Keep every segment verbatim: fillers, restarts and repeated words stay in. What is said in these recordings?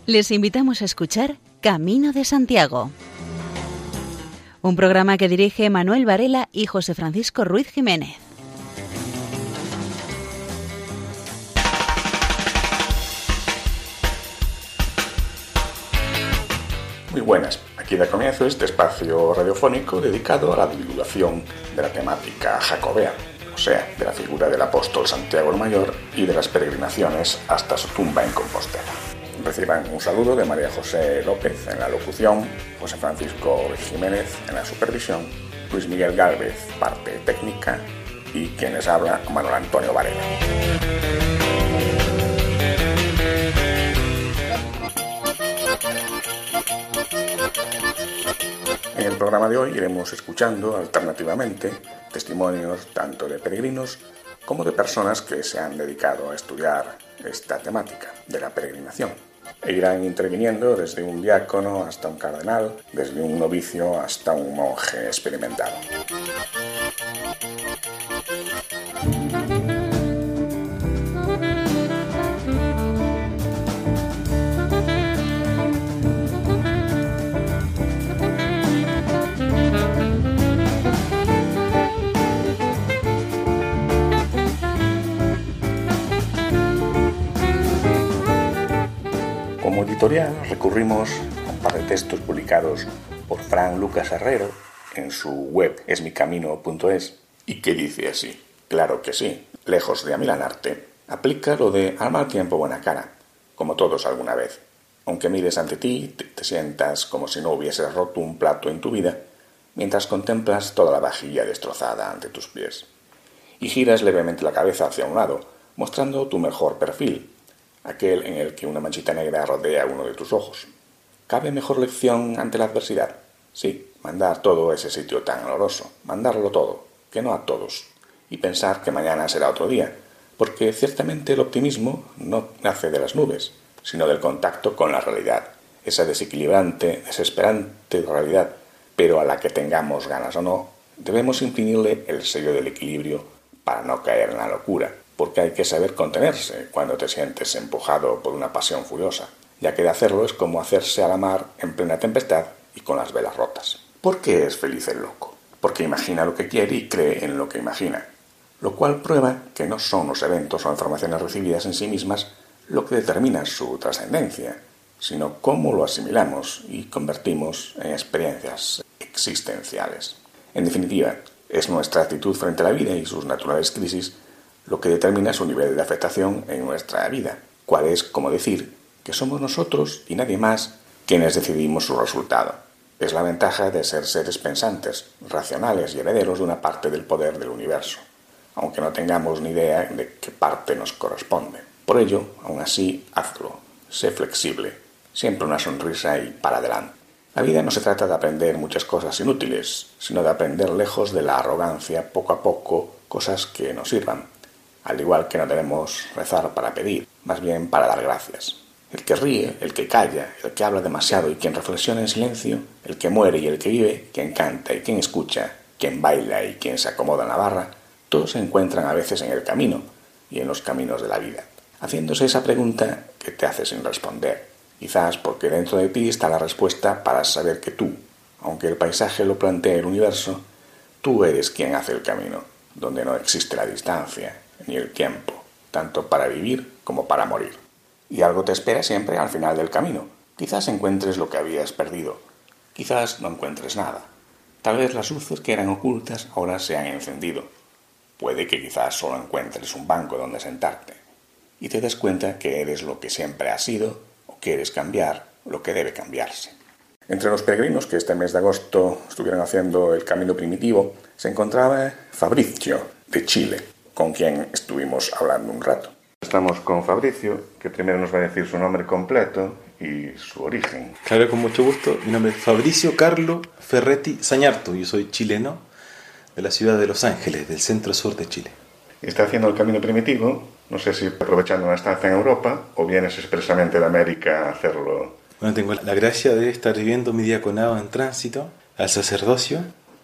Les invitamos a escuchar Camino de Santiago, un programa que dirige Manuel Varela y José Francisco Ruiz Jiménez. Muy buenas, aquí da comienzo este espacio radiofónico dedicado a la divulgación de la temática jacobea, o sea, de la figura del apóstol Santiago el Mayor y de las peregrinaciones hasta su tumba en Compostela. Reciban un saludo de María José López en la locución, José Francisco Jiménez en la supervisión, Luis Miguel Gálvez, parte técnica, y quien les habla, Manuel Antonio Varela. En el programa de hoy iremos escuchando alternativamente testimonios tanto de peregrinos como de personas que se han dedicado a estudiar esta temática de la peregrinación. E irán interviniendo desde un diácono hasta un cardenal, desde un novicio hasta un monje experimentado. Como editorial recurrimos a un par de textos publicados por Fran Lucas Herrero en su web esmicamino punto es y que dice así: claro que sí, lejos de amilanarte, aplica lo de al mal tiempo buena cara, como todos alguna vez. Aunque mires ante ti, te, te sientas como si no hubieses roto un plato en tu vida, mientras contemplas toda la vajilla destrozada ante tus pies. Y giras levemente la cabeza hacia un lado, mostrando tu mejor perfil, aquel en el que una manchita negra rodea uno de tus ojos. ¿Cabe mejor lección ante la adversidad? Sí, mandar todo a ese sitio tan oloroso, mandarlo todo, que no a todos, y pensar que mañana será otro día, porque ciertamente el optimismo no nace de las nubes, sino del contacto con la realidad, esa desequilibrante, desesperante realidad, pero a la que tengamos ganas o no, debemos imprimirle el sello del equilibrio para no caer en la locura, porque hay que saber contenerse cuando te sientes empujado por una pasión furiosa, ya que de hacerlo es como hacerse a la mar en plena tempestad y con las velas rotas. ¿Por qué es feliz el loco? Porque imagina lo que quiere y cree en lo que imagina, lo cual prueba que no son los eventos o informaciones recibidas en sí mismas lo que determina su trascendencia, sino cómo lo asimilamos y convertimos en experiencias existenciales. En definitiva, es nuestra actitud frente a la vida y sus naturales crisis lo que determina su nivel de afectación en nuestra vida, cual es como decir que somos nosotros y nadie más quienes decidimos su resultado. Es la ventaja de ser seres pensantes, racionales y herederos de una parte del poder del universo, aunque no tengamos ni idea de qué parte nos corresponde. Por ello, aún así, hazlo, sé flexible, siempre una sonrisa y para adelante. La vida no se trata de aprender muchas cosas inútiles, sino de aprender lejos de la arrogancia poco a poco cosas que nos sirvan. Al igual que no debemos rezar para pedir, más bien para dar gracias. El que ríe, el que calla, el que habla demasiado y quien reflexiona en silencio, el que muere y el que vive, quien canta y quien escucha, quien baila y quien se acomoda en la barra, todos se encuentran a veces en el camino y en los caminos de la vida, haciéndose esa pregunta que te hace sin responder, quizás porque dentro de ti está la respuesta para saber que tú, aunque el paisaje lo plantee el universo, tú eres quien hace el camino, donde no existe la distancia ni el tiempo, tanto para vivir como para morir. Y algo te espera siempre al final del camino. Quizás encuentres lo que habías perdido, quizás no encuentres nada. Tal vez las luces que eran ocultas ahora se han encendido. Puede que quizás solo encuentres un banco donde sentarte y te des cuenta que eres lo que siempre has sido o quieres cambiar lo que debe cambiarse. Entre los peregrinos que este mes de agosto estuvieron haciendo el camino primitivo se encontraba Fabricio, de Chile, con quien estuvimos hablando un rato. Estamos con Fabricio, que primero nos va a decir su nombre completo y su origen. Claro, con mucho gusto. Mi nombre es Fabricio Carlo Ferretti Sañarto. Yo soy chileno de la ciudad de Los Ángeles, del centro-sur de Chile. Está haciendo el camino primitivo, no sé si aprovechando una estancia en Europa o vienes expresamente de América a hacerlo. Bueno, tengo la gracia de estar viviendo mi diaconado en tránsito al sacerdocio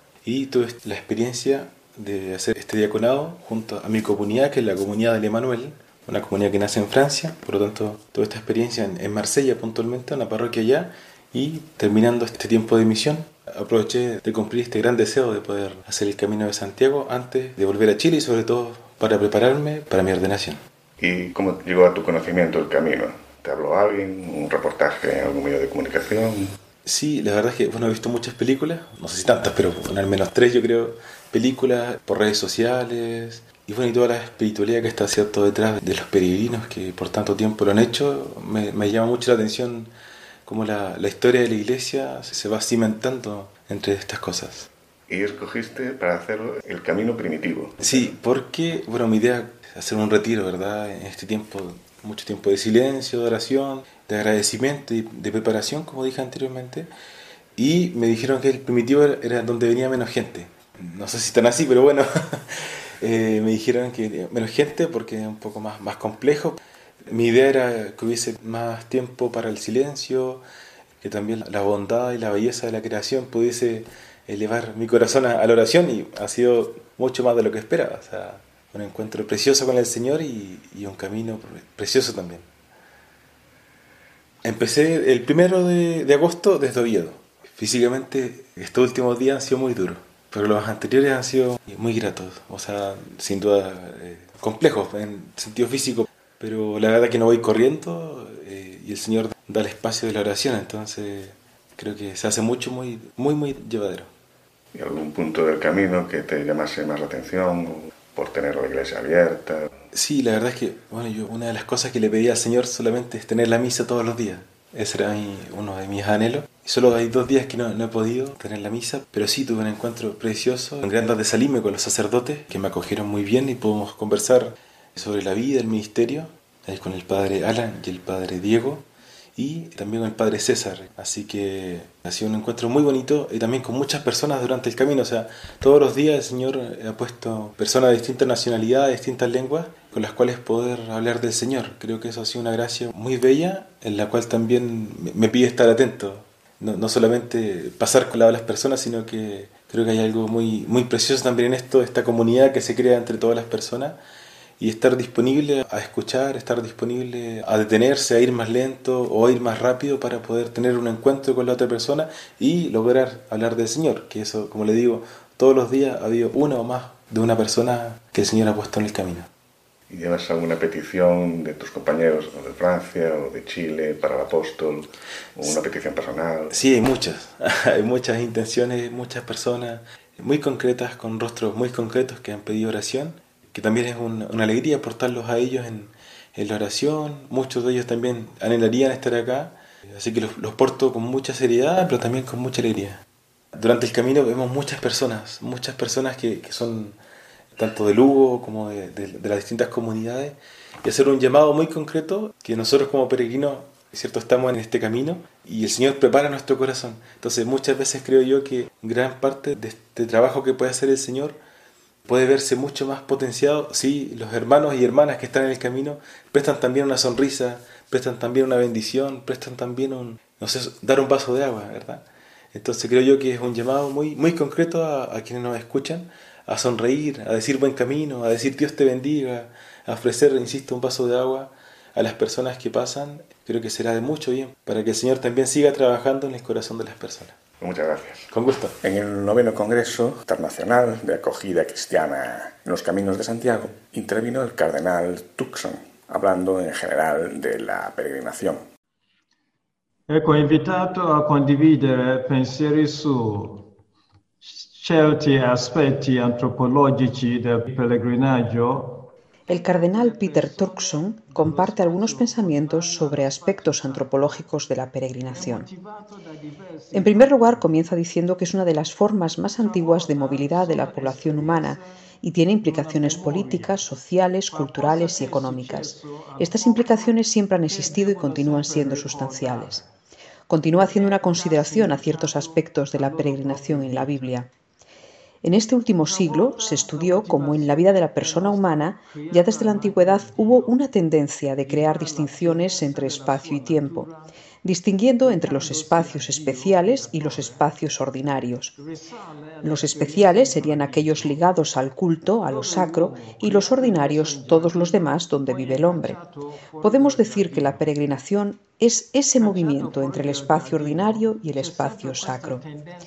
y tuve la experiencia de hacer este diaconado junto a mi comunidad, que es la comunidad del Emanuel, una comunidad que nace en Francia, por lo tanto, toda esta experiencia en, en Marsella puntualmente, una parroquia allá, y terminando este tiempo de misión, aproveché de cumplir este gran deseo de poder hacer el Camino de Santiago antes de volver a Chile y sobre todo para prepararme para mi ordenación. ¿Y cómo llegó a tu conocimiento el camino? ¿Te habló alguien? ¿Un reportaje en algún medio de comunicación? Sí, la verdad es que bueno, he visto muchas películas, no sé si tantas, pero bueno, al menos tres yo creo, películas por redes sociales y bueno, y toda la espiritualidad que está cierto detrás de los peregrinos que por tanto tiempo lo han hecho, me, me llama mucho la atención cómo la, la historia de la iglesia se va cimentando entre estas cosas. Y escogiste para hacerlo el camino primitivo. Sí, porque bueno, mi idea es hacer un retiro, ¿verdad? En este tiempo, mucho tiempo de silencio, de oración, de agradecimiento y de preparación, como dije anteriormente, y me dijeron que el primitivo era donde venía menos gente. No sé si tan así, pero bueno, eh, me dijeron que menos gente porque es un poco más, más complejo. Mi idea era que hubiese más tiempo para el silencio, que también la bondad y la belleza de la creación pudiese elevar mi corazón a, a la oración, y ha sido mucho más de lo que esperaba. O sea, un encuentro precioso con el Señor y, y un camino precioso también. Empecé el primero de, de agosto desde Oviedo. Físicamente estos últimos días han sido muy duros, pero los anteriores han sido muy gratos. O sea, sin duda eh, complejos en sentido físico, pero la verdad que no voy corriendo eh, y el Señor da el espacio de la oración, entonces creo que se hace mucho, muy, muy, muy llevadero. ¿Y algún punto del camino que te llamase más la atención por tener la iglesia abierta? Sí, la verdad es que bueno, yo una de las cosas que le pedí al Señor solamente es tener la misa todos los días. Ese era mi, uno de mis anhelos. Y solo hay dos días que no, no he podido tener la misa, pero sí tuve un encuentro precioso en Grandas de Salime con los sacerdotes que me acogieron muy bien y pudimos conversar sobre la vida, el ministerio, ahí con el padre Alan y el padre Diego y también con el padre César. Así que ha sido un encuentro muy bonito y también con muchas personas durante el camino. O sea, todos los días el Señor ha puesto personas de distintas nacionalidades, distintas lenguas, con las cuales poder hablar del Señor. Creo que eso ha sido una gracia muy bella, en la cual también me pide estar atento. No, no solamente pasar con la de las personas, sino que creo que hay algo muy, muy precioso también en esto, esta comunidad que se crea entre todas las personas, y estar disponible a escuchar, estar disponible a detenerse, a ir más lento o a ir más rápido para poder tener un encuentro con la otra persona y lograr hablar del Señor, que eso, como le digo, todos los días ha habido una o más de una persona que el Señor ha puesto en el camino. ¿Y llevas alguna petición de tus compañeros o de Francia o de Chile para el apóstol? ¿O una petición personal? Sí, hay muchas. Hay muchas intenciones, muchas personas muy concretas, con rostros muy concretos que han pedido oración, que también es un, una alegría aportarlos a ellos en, en la oración. Muchos de ellos también anhelarían estar acá, así que los, los porto con mucha seriedad, pero también con mucha alegría. Durante el camino vemos muchas personas, muchas personas que, que son tanto de Lugo como de, de, de las distintas comunidades, y hacer un llamado muy concreto que nosotros como peregrinos, ¿cierto?, estamos en este camino y el Señor prepara nuestro corazón. Entonces muchas veces creo yo que gran parte de este trabajo que puede hacer el Señor puede verse mucho más potenciado si los hermanos y hermanas que están en el camino prestan también una sonrisa, prestan también una bendición, prestan también un, no sé, dar un vaso de agua, ¿verdad? Entonces creo yo que es un llamado muy, muy concreto a, a quienes nos escuchan, a sonreír, a decir buen camino, a decir Dios te bendiga, a ofrecer, insisto, un vaso de agua a las personas que pasan. Creo que será de mucho bien para que el Señor también siga trabajando en el corazón de las personas. Muchas gracias. Con gusto. En el noveno Congreso Internacional de Acogida Cristiana en los Caminos de Santiago intervino el cardenal Turkson, hablando en general de la peregrinación. Ecco, invitato a condividere pensieri su certi aspetti antropologici del pellegrinaggio. El cardenal Peter Turkson comparte algunos pensamientos sobre aspectos antropológicos de la peregrinación. En primer lugar, comienza diciendo que es una de las formas más antiguas de movilidad de la población humana y tiene implicaciones políticas, sociales, culturales y económicas. Estas implicaciones siempre han existido y continúan siendo sustanciales. Continúa haciendo una consideración a ciertos aspectos de la peregrinación en la Biblia. En este último siglo se estudió cómo en la vida de la persona humana, ya desde la antigüedad, hubo una tendencia de crear distinciones entre espacio y tiempo. distinguiendo entre los espacios especiales y los espacios ordinarios. Los especiales serían aquellos ligados al culto, a lo sacro, y los ordinarios todos los demás donde vive el hombre. Podemos decir que la peregrinación es ese movimiento entre el espacio ordinario y el espacio sacro.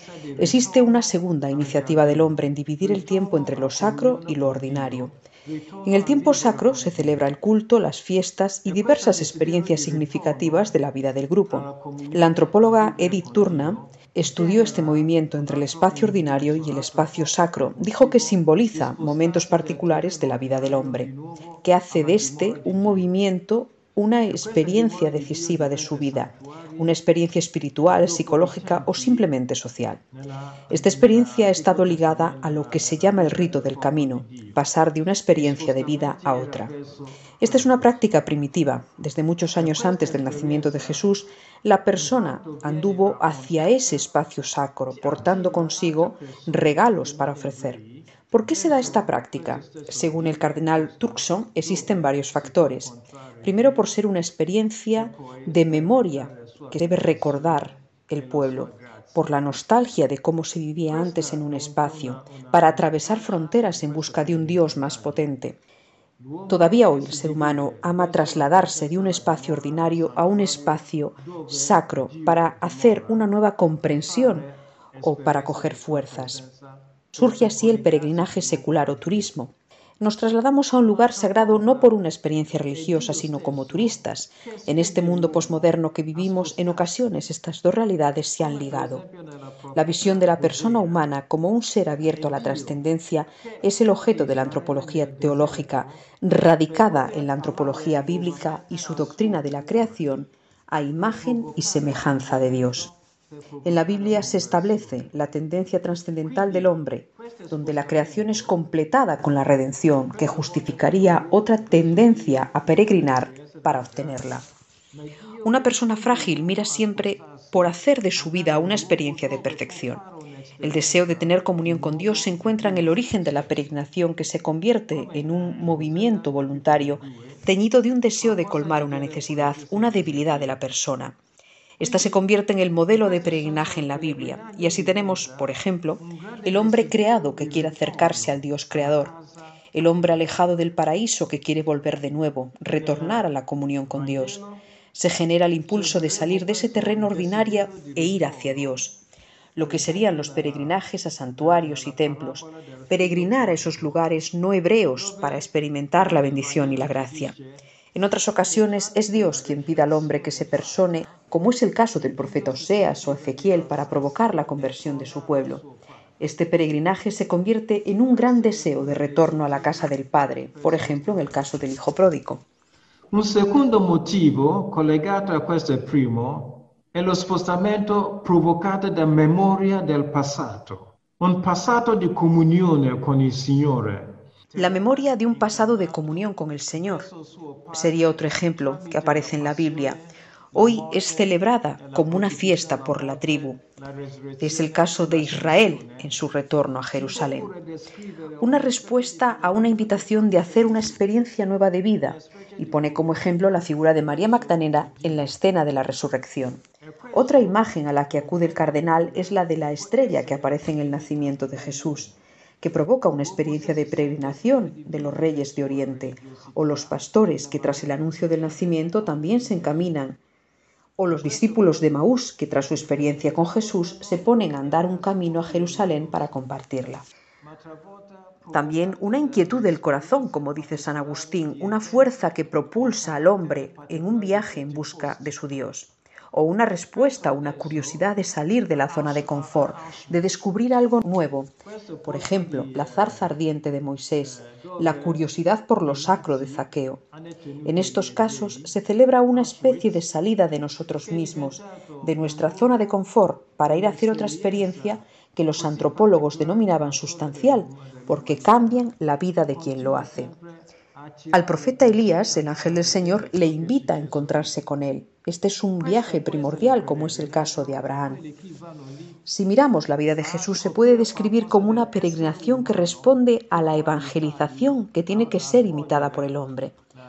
Existe una segunda iniciativa del hombre en dividir el tiempo entre lo sacro y lo ordinario. En el tiempo sacro se celebra el culto, las fiestas y diversas experiencias significativas de la vida del grupo. La antropóloga Edith Turner estudió este movimiento entre el espacio ordinario y el espacio sacro. Dijo que simboliza momentos particulares de la vida del hombre, que hace de este un movimiento, una experiencia decisiva de su vida, una experiencia espiritual, psicológica o simplemente social. Esta experiencia ha estado ligada a lo que se llama el rito del camino, pasar de una experiencia de vida a otra. Esta es una práctica primitiva. Desde muchos años antes del nacimiento de Jesús, la persona anduvo hacia ese espacio sacro, portando consigo regalos para ofrecer. ¿Por qué se da esta práctica? Según el cardenal Turkson, existen varios factores. Primero, por ser una experiencia de memoria que debe recordar el pueblo, por la nostalgia de cómo se vivía antes en un espacio, para atravesar fronteras en busca de un Dios más potente. Todavía hoy el ser humano ama trasladarse de un espacio ordinario a un espacio sacro para hacer una nueva comprensión o para coger fuerzas. Surge así el peregrinaje secular o turismo. Nos trasladamos a un lugar sagrado no por una experiencia religiosa, sino como turistas. En este mundo posmoderno que vivimos, en ocasiones estas dos realidades se han ligado. La visión de la persona humana como un ser abierto a la trascendencia es el objeto de la antropología teológica, radicada en la antropología bíblica y su doctrina de la creación a imagen y semejanza de Dios. En la Biblia se establece la tendencia trascendental del hombre, donde la creación es completada con la redención, que justificaría otra tendencia a peregrinar para obtenerla. Una persona frágil mira siempre por hacer de su vida una experiencia de perfección. El deseo de tener comunión con Dios se encuentra en el origen de la peregrinación, que se convierte en un movimiento voluntario teñido de un deseo de colmar una necesidad, una debilidad de la persona. Esta se convierte en el modelo de peregrinaje en la Biblia, y así tenemos, por ejemplo, el hombre creado que quiere acercarse al Dios creador, el hombre alejado del paraíso que quiere volver de nuevo, retornar a la comunión con Dios. Se genera el impulso de salir de ese terreno ordinario e ir hacia Dios, lo que serían los peregrinajes a santuarios y templos, peregrinar a esos lugares no hebreos para experimentar la bendición y la gracia. En otras ocasiones es Dios quien pide al hombre que se persone, como es el caso del profeta Oseas o Ezequiel, para provocar la conversión de su pueblo. Este peregrinaje se convierte en un gran deseo de retorno a la casa del Padre, por ejemplo en el caso del hijo pródigo. Un secondo motivo collegato a questo primo è lo spostamento provocato da memoria del passato, un passato di comunione con il Signore. La memoria de un pasado de comunión con el Señor sería otro ejemplo que aparece en la Biblia. Hoy es celebrada como una fiesta por la tribu. Es el caso de Israel en su retorno a Jerusalén. Una respuesta a una invitación de hacer una experiencia nueva de vida, y pone como ejemplo la figura de María Magdalena en la escena de la resurrección. Otra imagen a la que acude el cardenal es la de la estrella que aparece en el nacimiento de Jesús, que provoca una experiencia de peregrinación de los reyes de Oriente, o los pastores que tras el anuncio del nacimiento también se encaminan, o los discípulos de Maús que tras su experiencia con Jesús se ponen a andar un camino a Jerusalén para compartirla. También una inquietud del corazón, como dice San Agustín, una fuerza que propulsa al hombre en un viaje en busca de su Dios. O una respuesta, una curiosidad de salir de la zona de confort, de descubrir algo nuevo. Por ejemplo, la zarza ardiente de Moisés, la curiosidad por lo sacro de Zaqueo. En estos casos se celebra una especie de salida de nosotros mismos, de nuestra zona de confort, para ir a hacer otra experiencia que los antropólogos denominaban sustancial, porque cambian la vida de quien lo hace. Al profeta Elías, el ángel del Señor le invita a encontrarse con él. Este es un viaje primordial, como es el caso de Abraham. Si miramos la vida de Jesús, se puede describir como una peregrinación que responde a la evangelización que tiene que ser imitada por el hombre.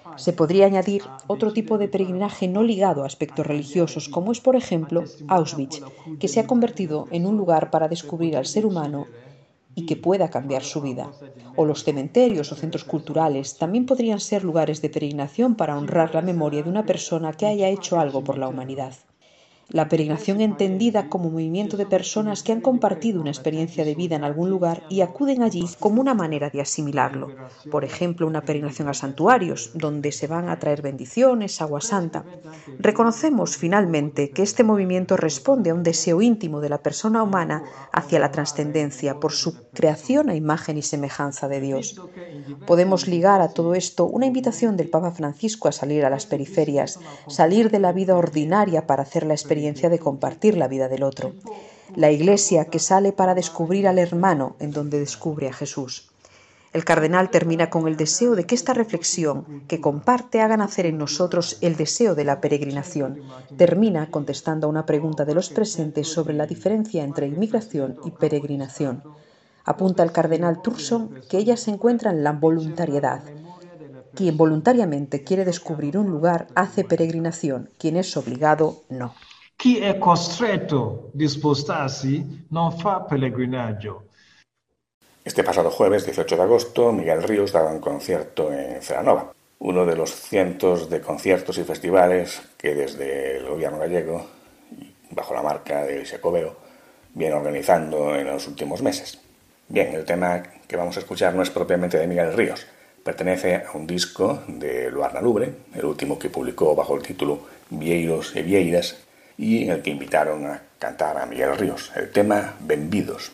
Se podría añadir otro tipo de peregrinaje no ligado a aspectos religiosos, como es, por ejemplo, Auschwitz, que se ha convertido en un lugar para descubrir al ser humano y que pueda cambiar su vida. O los cementerios o centros culturales también podrían ser lugares de peregrinación para honrar la memoria de una persona que haya hecho algo por la humanidad. La peregrinación entendida como movimiento de personas que han compartido una experiencia de vida en algún lugar y acuden allí como una manera de asimilarlo. Por ejemplo, una peregrinación a santuarios, donde se van a traer bendiciones, agua santa. Reconocemos finalmente que este movimiento responde a un deseo íntimo de la persona humana hacia la trascendencia por su creación a imagen y semejanza de Dios. Podemos ligar a todo esto una invitación del Papa Francisco a salir a las periferias, salir de la vida ordinaria para hacer la experiencia de compartir la vida del otro. La Iglesia que sale para descubrir al hermano en donde descubre a Jesús. El cardenal termina con el deseo de que esta reflexión que comparte haga nacer en nosotros el deseo de la peregrinación. Termina contestando a una pregunta de los presentes sobre la diferencia entre inmigración y peregrinación. Apunta el cardenal Turkson que ella se encuentra en la voluntariedad. Quien voluntariamente quiere descubrir un lugar hace peregrinación, quien es obligado no. Chi è costretto di spostarsi non fa pellegrinaggio. Este pasado jueves, dieciocho de agosto, Miguel Ríos daba un concierto en Celanova, uno de los cientos de conciertos y festivales que desde el gobierno gallego, bajo la marca de Xacobeo, viene organizando en los últimos meses. Bien, el tema que vamos a escuchar no es propiamente de Miguel Ríos, pertenece a un disco de Luarna Lubre, el último que publicó bajo el título Vieiros e Vieiras, y en el que invitaron a cantar a Miguel Ríos, el tema Benvidos.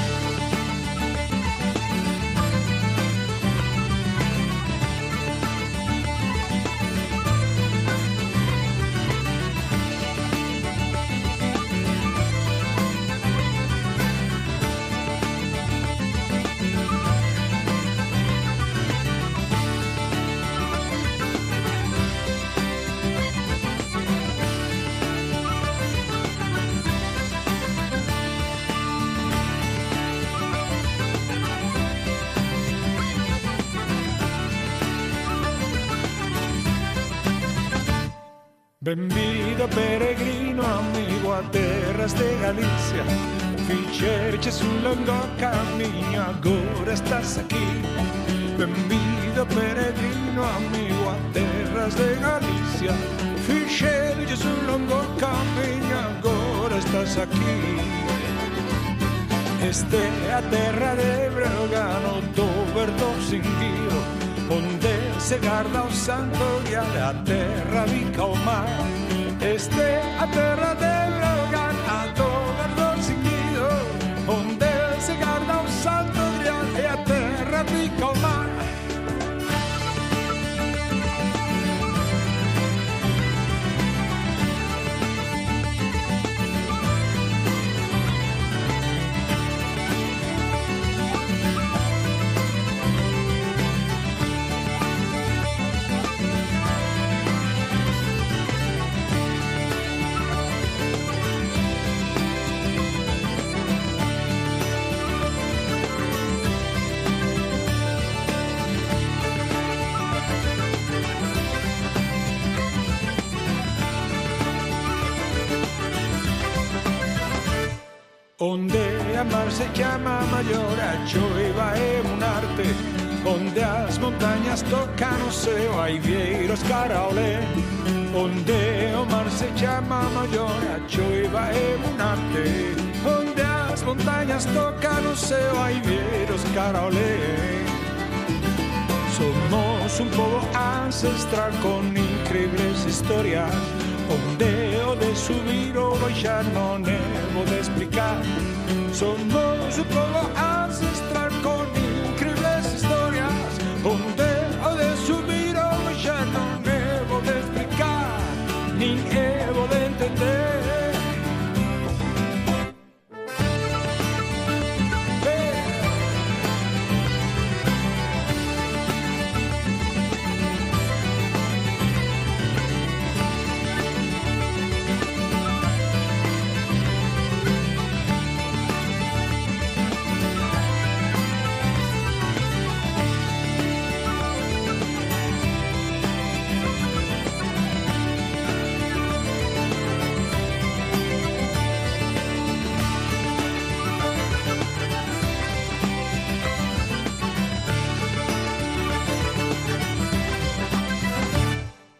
Benvido peregrino amigo a terras de Galicia, fixerche un longo camiño, agora estás aquí. Benvido peregrino amigo a terras de Galicia, fixerche un longo camiño, agora estás aquí. Este é a terra de Breogán, do verdo cinguiro, onde se garda o santo grial, a terra bica o mar. Este é a terra de Breogán, a do verdo cinguiro, onde se garda o santo grial, e a terra bica o mar. Onde a mar se chama maior, a choiva é un arte, onde as montañas tocan o ceo, hai vieiros cara ao lé. Onde o mar se chama maior, a choiva é un arte, onde as montañas tocan o ceo, hai vieiros cara ao lé. Somos un pobo ancestral con increíbles historias, onde o de subir ou baixar non é bo de explicar. Somos un pobo ancestral con increíbles historias, onde o de subir ou baixar non é bo de explicar, nin é bo de entender.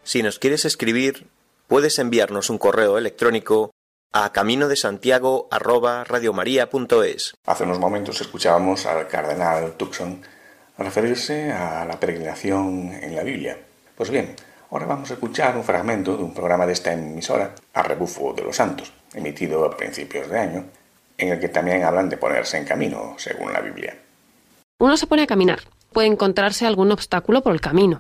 Si nos quieres escribir, puedes enviarnos un correo electrónico a camino de santiago arroba radiomaria punto es. Hace unos momentos escuchábamos al cardenal Turkson referirse a la peregrinación en la Biblia. Pues bien, ahora vamos a escuchar un fragmento de un programa de esta emisora, A Rebufo de los Santos, emitido a principios de año, en el que también hablan de ponerse en camino, según la Biblia. Uno se pone a caminar, puede encontrarse algún obstáculo por el camino.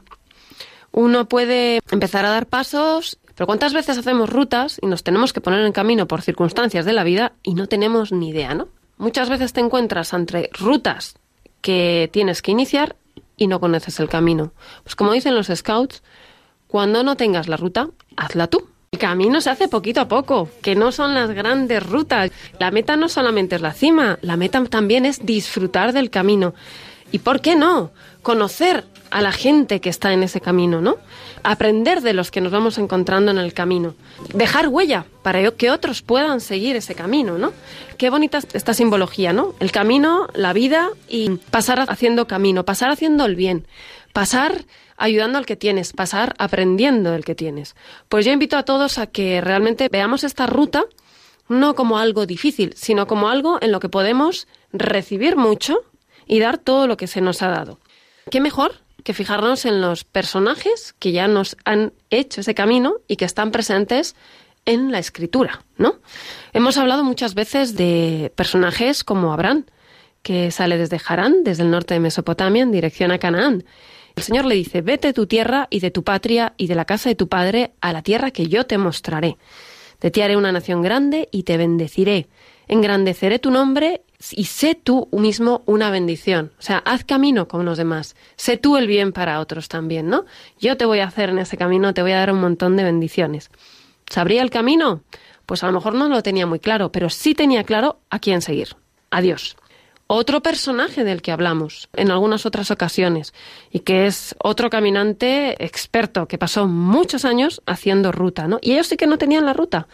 Uno puede empezar a dar pasos, pero ¿cuántas veces hacemos rutas y nos tenemos que poner en camino por circunstancias de la vida y no tenemos ni idea, ¿no? Muchas veces te encuentras entre rutas que tienes que iniciar y no conoces el camino. Pues como dicen los scouts, cuando no tengas la ruta, hazla tú. El camino se hace poquito a poco, que no son las grandes rutas. La meta no solamente es la cima, la meta también es disfrutar del camino. ¿Y por qué no? Conocer a la gente que está en ese camino, ¿no? Aprender de los que nos vamos encontrando en el camino. Dejar huella para que otros puedan seguir ese camino, ¿no? Qué bonita esta simbología, ¿no? El camino, la vida y pasar haciendo camino, pasar haciendo el bien, pasar ayudando al que tienes, pasar aprendiendo del que tienes. Pues yo invito a todos a que realmente veamos esta ruta no como algo difícil, sino como algo en lo que podemos recibir mucho y dar todo lo que se nos ha dado. ¿Qué mejor que fijarnos en los personajes que ya nos han hecho ese camino y que están presentes en la Escritura, ¿no? Hemos hablado muchas veces de personajes como Abraham, que sale desde Harán, desde el norte de Mesopotamia, en dirección a Canaán. El Señor le dice, vete de tu tierra y de tu patria y de la casa de tu padre a la tierra que yo te mostraré. De ti haré una nación grande y te bendeciré. Engrandeceré tu nombre y sé tú mismo una bendición. O sea, haz camino con los demás. Sé tú el bien para otros también, ¿no? Yo te voy a hacer en ese camino, te voy a dar un montón de bendiciones. ¿Sabría el camino? Pues a lo mejor no lo tenía muy claro, pero sí tenía claro a quién seguir. A Dios. Otro personaje del que hablamos en algunas otras ocasiones y que es otro caminante experto que pasó muchos años haciendo ruta, ¿no? Y ellos sí que no tenían la ruta.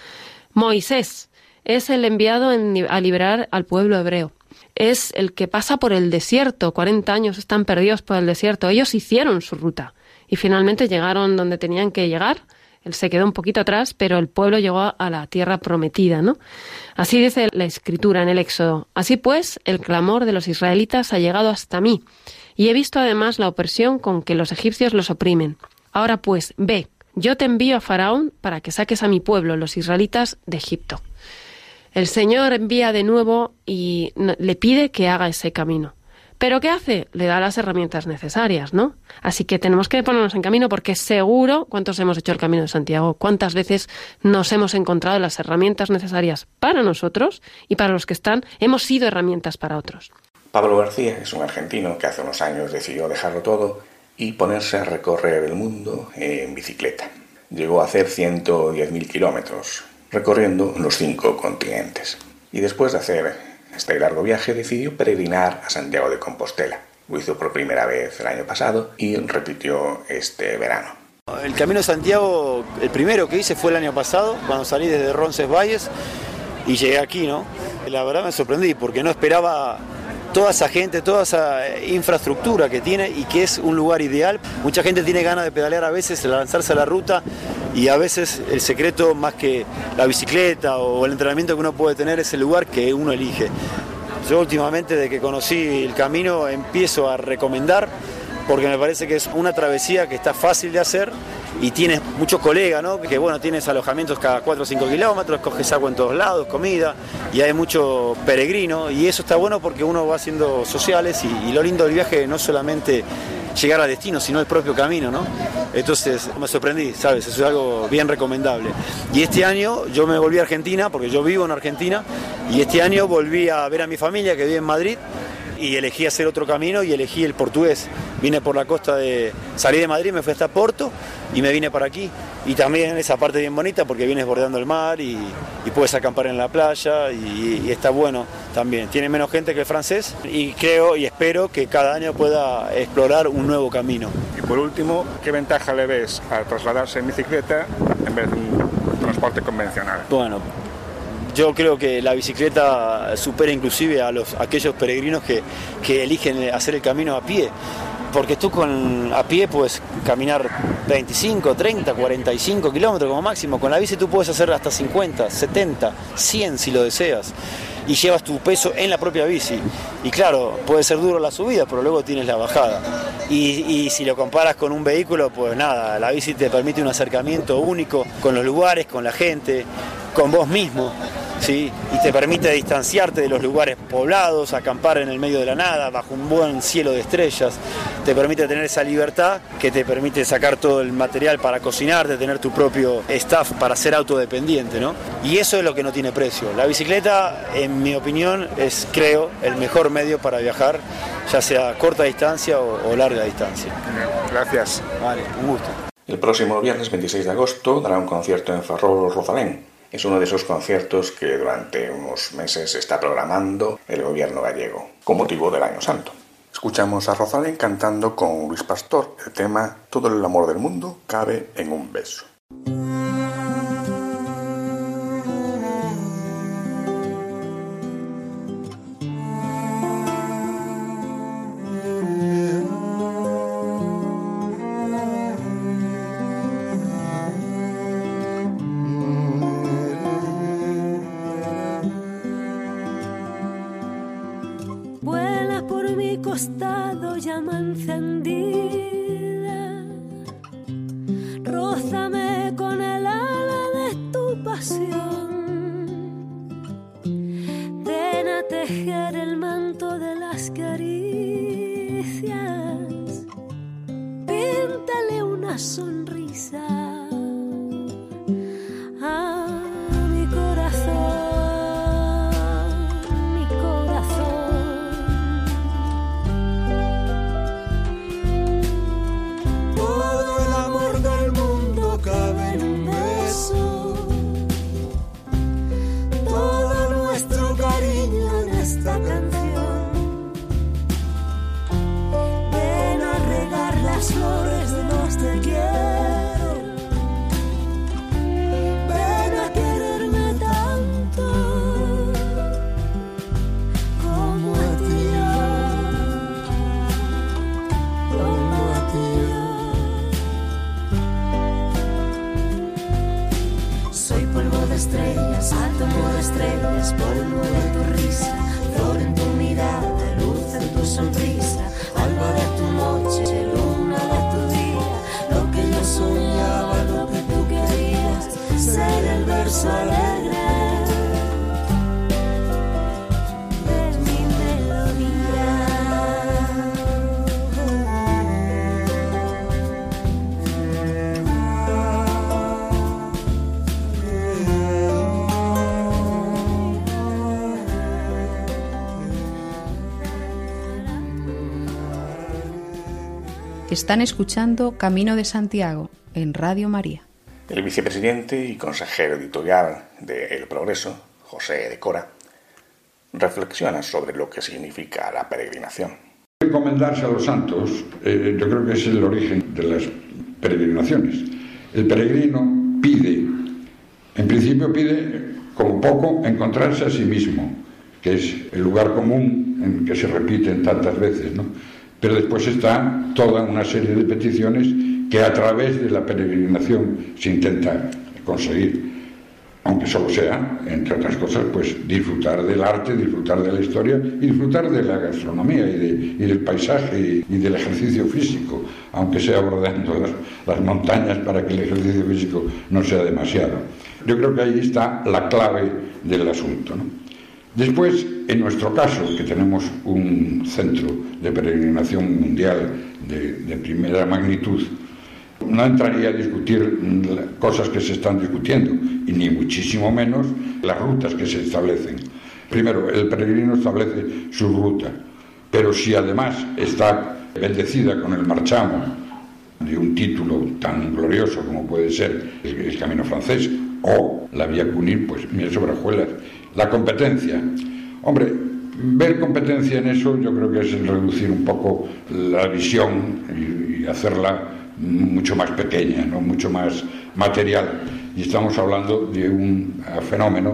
Moisés es el enviado en, a liberar al pueblo hebreo. Es el que pasa por el desierto, cuarenta años están perdidos por el desierto. Ellos hicieron su ruta y finalmente llegaron donde tenían que llegar. Él se quedó un poquito atrás, pero el pueblo llegó a la tierra prometida, ¿no? Así dice la Escritura en el Éxodo. Así pues, el clamor de los israelitas ha llegado hasta mí, y he visto además la opresión con que los egipcios los oprimen. Ahora pues, ve, yo te envío a Faraón para que saques a mi pueblo, los israelitas, de Egipto. El Señor envía de nuevo y le pide que haga ese camino. ¿Pero qué hace? Le da las herramientas necesarias, ¿no? Así que tenemos que ponernos en camino porque seguro, ¿cuántos hemos hecho el Camino de Santiago? ¿Cuántas veces nos hemos encontrado las herramientas necesarias para nosotros y para los que están, hemos sido herramientas para otros? Pablo García es un argentino que hace unos años decidió dejarlo todo y ponerse a recorrer el mundo en bicicleta. Llegó a hacer ciento diez mil kilómetros, recorriendo los cinco continentes. Y después de hacer este largo viaje decidió peregrinar a Santiago de Compostela. Lo hizo por primera vez el año pasado y repitió este verano. El Camino de Santiago, el primero que hice fue el año pasado, cuando salí desde Roncesvalles y llegué aquí, ¿no? La verdad me sorprendí porque no esperaba toda esa gente, toda esa infraestructura que tiene y que es un lugar ideal. Mucha gente tiene ganas de pedalear a veces, lanzarse a la ruta y a veces el secreto más que la bicicleta o el entrenamiento que uno puede tener es el lugar que uno elige. Yo últimamente desde que conocí el camino empiezo a recomendar porque me parece que es una travesía que está fácil de hacer y tienes muchos colegas, ¿no? Que bueno, tienes alojamientos cada cuatro o cinco kilómetros, coges agua en todos lados, comida, y hay mucho peregrino, y eso está bueno porque uno va haciendo sociales, y, y lo lindo del viaje no solamente llegar al destino, sino el propio camino, ¿no? Entonces me sorprendí, ¿sabes? Eso es algo bien recomendable. Y este año yo me volví a Argentina, porque yo vivo en Argentina, y este año volví a ver a mi familia que vive en Madrid, y elegí hacer otro camino y elegí el portugués. Vine por la costa de... Salí de Madrid, me fui hasta Porto y me vine para aquí. Y también esa parte bien bonita porque vienes bordeando el mar y, y puedes acampar en la playa y, y está bueno también. Tiene menos gente que el francés y creo y espero que cada año pueda explorar un nuevo camino. Y por último, ¿qué ventaja le ves a trasladarse en bicicleta en vez de un transporte convencional? Bueno, Yo creo que la bicicleta supera inclusive a los aquellos peregrinos que, que eligen hacer el camino a pie. Porque tú con, a pie puedes caminar veinticinco, treinta, cuarenta y cinco kilómetros como máximo. Con la bici tú puedes hacer hasta cincuenta, setenta, cien si lo deseas. Y llevas tu peso en la propia bici. Y claro, puede ser duro la subida, pero luego tienes la bajada. Y, y si lo comparas con un vehículo, pues nada, la bici te permite un acercamiento único con los lugares, con la gente, con vos mismo. ¿Sí? Y te permite distanciarte de los lugares poblados, acampar en el medio de la nada, bajo un buen cielo de estrellas. Te permite tener esa libertad que te permite sacar todo el material para cocinarte, tener tu propio staff para ser autodependiente, ¿no? Y eso es lo que no tiene precio. La bicicleta, en mi opinión, es, creo, el mejor medio para viajar, ya sea a corta distancia o, o larga distancia. Gracias. Vale, un gusto. El próximo viernes veintiséis de agosto dará un concierto en Ferrol, Rosalén. Es uno de esos conciertos que durante unos meses se está programando el gobierno gallego, con motivo del Año Santo. Escuchamos a Rosalén cantando con Luis Pastor el tema Todo el amor del mundo cabe en un beso. Costado llama encendida, rózame con el ala de tu pasión, ven a tejer el manto de las caricias, píntale una sonrisa a mi corazón. Esta canción, ven a regar las flores de los te quiero, ven a quererme tanto como a ti yo, como a ti yo. Soy polvo de estrellas, átomo de estrellas, polvo de tu risa, flor en tu mirada, luz en tu sonrisa, alba de tu noche, luna de tu día, lo que yo soñaba, lo que tú querías, ser el verso alegre de mi melodía. Están escuchando Camino de Santiago en Radio María. El vicepresidente y consejero editorial de El Progreso, José de Cora, reflexiona sobre lo que significa la peregrinación. Encomendarse a los santos, eh, yo creo que es el origen de las peregrinaciones. El peregrino pide, en principio pide como poco encontrarse a sí mismo, que es el lugar común en que se repiten tantas veces, ¿no? Pero después está toda una serie de peticiones que a través de la peregrinación se intenta conseguir, aunque solo sea, entre otras cosas, pues disfrutar del arte, disfrutar de la historia y disfrutar de la gastronomía y, de, y del paisaje y, y del ejercicio físico, aunque sea bordeando las, las montañas para que el ejercicio físico no sea demasiado. Yo creo que ahí está la clave del asunto, ¿no? Después, en nuestro caso, que tenemos un centro de peregrinación mundial de, de primera magnitud, no entraría a discutir cosas que se están discutiendo, y ni muchísimo menos las rutas que se establecen. Primero, el peregrino establece su ruta, pero si además está bendecida con el marchamo de un título tan glorioso como puede ser el, el Camino Francés o la Vía Cunil, pues mil sobrejuelas. La competencia. Hombre, ver competencia en eso yo creo que es el reducir un poco la visión y, y hacerla mucho más pequeña, ¿no? Mucho más material. Y estamos hablando de un fenómeno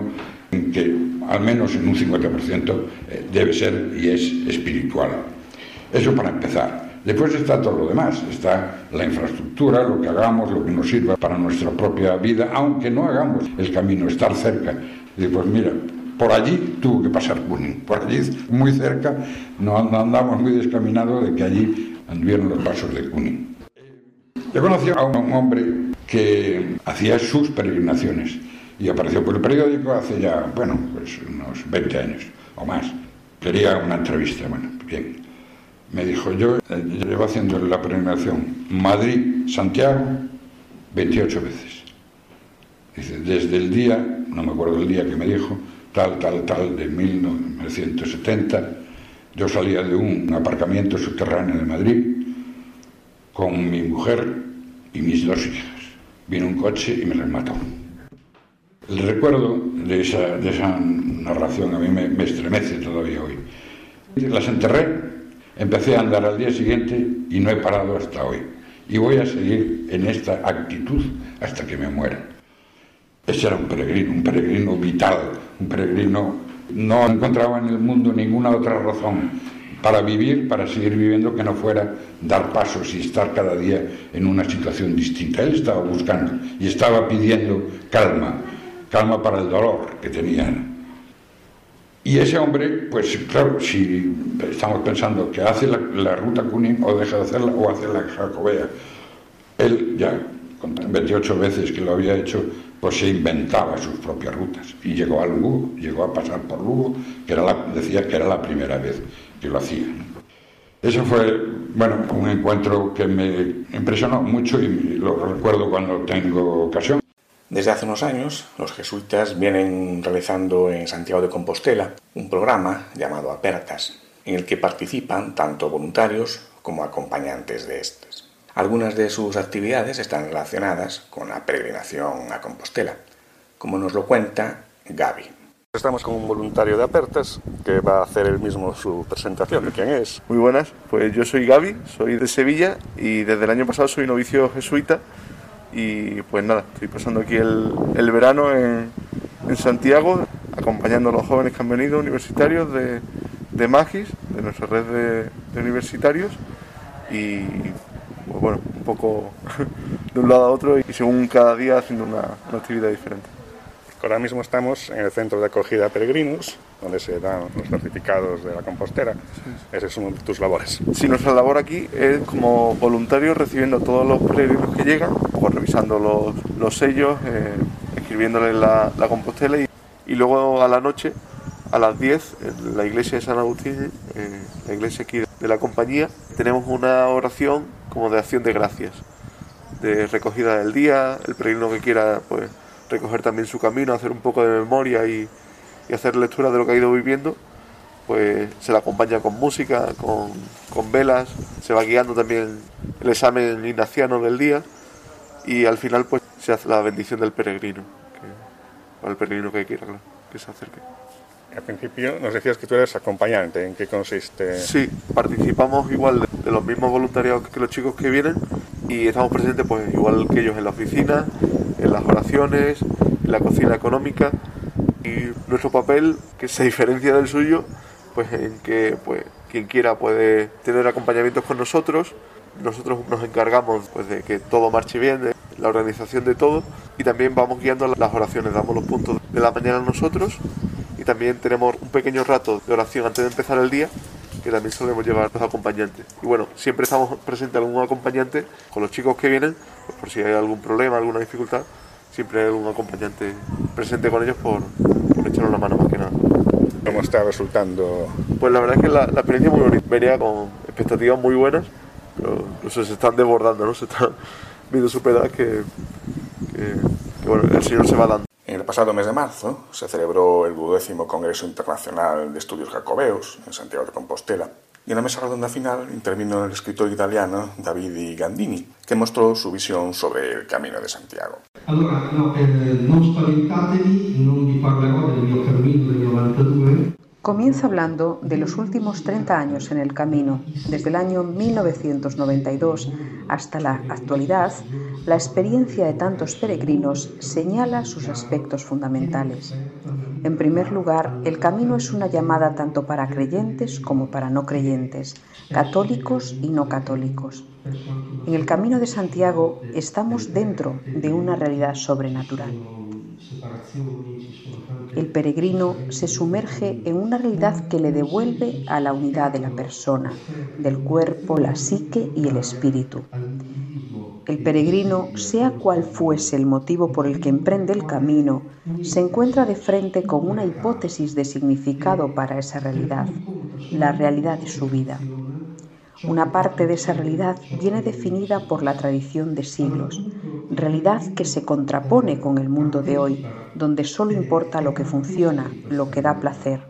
que al menos en un cincuenta por ciento debe ser y es espiritual. Eso para empezar. Después está todo lo demás, está la infraestructura, lo que hagamos, lo que nos sirva para nuestra propia vida, aunque no hagamos el camino, estar cerca. Y pues mira, por allí tuvo que pasar Kunin, por allí muy cerca, no, no andamos muy descaminados de que allí anduvieron los pasos de Kunin. Yo conocí a un hombre que hacía sus peregrinaciones y apareció por el periódico hace ya, bueno, pues unos veinte años o más. Quería una entrevista, bueno, bien. Me dijo, yo llevo haciendo la peregrinación Madrid-Santiago veintiocho veces. Dice, desde el día, no me acuerdo el día que me dijo, tal, tal, tal, de mil novecientos setenta, yo salía de un aparcamiento subterráneo de Madrid con mi mujer y mis dos hijas. Vino un coche y me las mató. El recuerdo de esa, de esa narración a mí me, me estremece todavía hoy. Las enterré. Empecé a andar al día siguiente y no he parado hasta hoy. Y voy a seguir en esta actitud hasta que me muera. Ese era un peregrino, un peregrino vital, un peregrino... No encontraba en el mundo ninguna otra razón para vivir, para seguir viviendo, que no fuera dar pasos y estar cada día en una situación distinta. Él estaba buscando y estaba pidiendo calma, calma para el dolor que tenía. Y ese hombre, pues claro, si estamos pensando que hace la, la ruta Kunin o deja de hacerla o hace la Jacobea, él ya, con veintiocho veces que lo había hecho, pues se inventaba sus propias rutas. Y llegó a Lugo, llegó a pasar por Lugo, que era la, decía que era la primera vez que lo hacía. Eso fue, bueno, un encuentro que me impresionó mucho y lo recuerdo cuando tengo ocasión. Desde hace unos años, los jesuitas vienen realizando en Santiago de Compostela un programa llamado Apertas, en el que participan tanto voluntarios como acompañantes de estos. Algunas de sus actividades están relacionadas con la peregrinación a Compostela, como nos lo cuenta Gaby. Estamos con un voluntario de Apertas que va a hacer él mismo su presentación. ¿De quién es? Muy buenas, pues yo soy Gaby, soy de Sevilla y desde el año pasado soy novicio jesuita. Y pues nada, estoy pasando aquí el, el verano en, en Santiago, acompañando a los jóvenes que han venido, universitarios de, de Magis, de nuestra red de, de universitarios, y pues bueno, un poco de un lado a otro y según cada día haciendo una, una actividad diferente. Ahora mismo estamos en el centro de acogida a peregrinos, donde se dan los certificados de la Compostela. Esa es una de tus labores. Sí, nuestra labor aquí es como voluntarios recibiendo a todos los peregrinos que llegan, pues revisando los, los sellos, eh, escribiéndoles la, la Compostela y, y luego a la noche, a las diez, en la iglesia de San Agustín, eh, la iglesia aquí de la compañía, tenemos una oración como de acción de gracias, de recogida del día, el peregrino que quiera pues recoger también su camino, hacer un poco de memoria y, y hacer lectura de lo que ha ido viviendo, pues se la acompaña con música, con, con velas, se va guiando también el examen ignaciano del día y al final pues se hace la bendición del peregrino, que, para el peregrino que quiera, claro, que se acerque. Al principio nos decías que tú eres acompañante, ¿en qué consiste? Sí, participamos igual de, de los mismos voluntariados que los chicos que vienen y estamos presentes pues igual que ellos en la oficina, en las oraciones, en la cocina económica y nuestro papel, que se diferencia del suyo, pues en que pues quien quiera puede tener acompañamientos con nosotros, nosotros nos encargamos pues de que todo marche bien, de la organización de todo y también vamos guiando las oraciones, damos los puntos de la mañana nosotros y también tenemos un pequeño rato de oración antes de empezar el día que también solemos llevar los acompañantes. Y bueno, siempre estamos presentes algún acompañante con los chicos que vienen, pues por si hay algún problema, alguna dificultad, siempre hay algún acompañante presente con ellos por, por echarnos la mano más que nada. ¿Cómo está resultando? Pues la verdad es que la, la experiencia muy bonita, venía con expectativas muy buenas, pero incluso se están desbordando, ¿no? Se están viendo su pedal que, que, que bueno, el Señor se va dando. En el pasado mes de marzo se celebró el duodécimo Congreso Internacional de Estudios Jacobeos en Santiago de Compostela y en la mesa redonda final intervino el escritor italiano Davide Gandini, que mostró su visión sobre el Camino de Santiago. Allora, no, eh, non spaventatevi, non vi parlerò del mio cammino del novantadue. Comienza hablando de los últimos treinta años en el camino. Desde el año mil novecientos noventa y dos hasta la actualidad, la experiencia de tantos peregrinos señala sus aspectos fundamentales. En primer lugar, el camino es una llamada tanto para creyentes como para no creyentes, católicos y no católicos. En el Camino de Santiago estamos dentro de una realidad sobrenatural. El peregrino se sumerge en una realidad que le devuelve a la unidad de la persona, del cuerpo, la psique y el espíritu. El peregrino, sea cual fuese el motivo por el que emprende el camino, se encuentra de frente con una hipótesis de significado para esa realidad, la realidad de su vida. Una parte de esa realidad viene definida por la tradición de siglos, realidad que se contrapone con el mundo de hoy, donde solo importa lo que funciona, lo que da placer.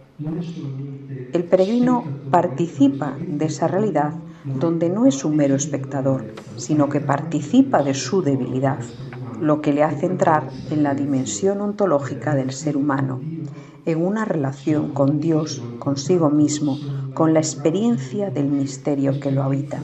El peregrino participa de esa realidad donde no es un mero espectador, sino que participa de su debilidad, lo que le hace entrar en la dimensión ontológica del ser humano, en una relación con Dios, consigo mismo, con la experiencia del misterio que lo habita.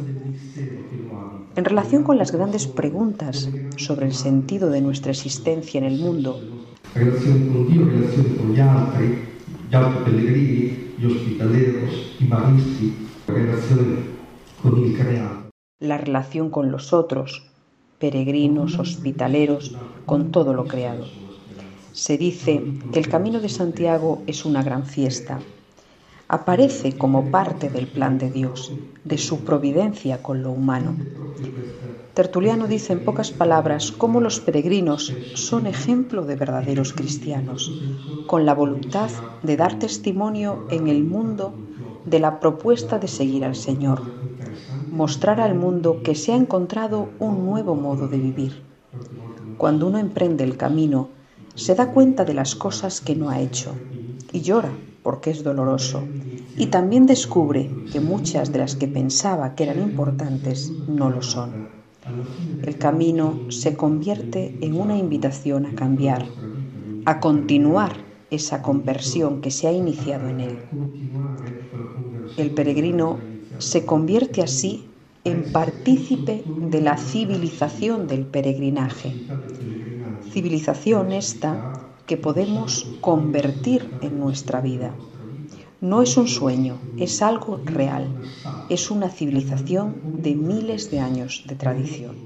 En relación con las grandes preguntas sobre el sentido de nuestra existencia en el mundo, relazione con Dio, relazione con gli altri, gli altri pellegrini, gli ospitaleros, i maristi, relazione con il creato. La relación con los otros, peregrinos, hospitaleros, con todo lo creado. Se dice que el Camino de Santiago es una gran fiesta. Aparece como parte del plan de Dios, de su providencia con lo humano. Tertuliano dice en pocas palabras cómo los peregrinos son ejemplo de verdaderos cristianos, con la voluntad de dar testimonio en el mundo de la propuesta de seguir al Señor, mostrar al mundo que se ha encontrado un nuevo modo de vivir. Cuando uno emprende el camino, se da cuenta de las cosas que no ha hecho y llora porque es doloroso, y también descubre que muchas de las que pensaba que eran importantes no lo son. El camino se convierte en una invitación a cambiar, a continuar esa conversión que se ha iniciado en él. El peregrino se convierte así en partícipe de la civilización del peregrinaje. Civilización esta que podemos convertir en nuestra vida. No es un sueño, es algo real. Es una civilización de miles de años de tradición.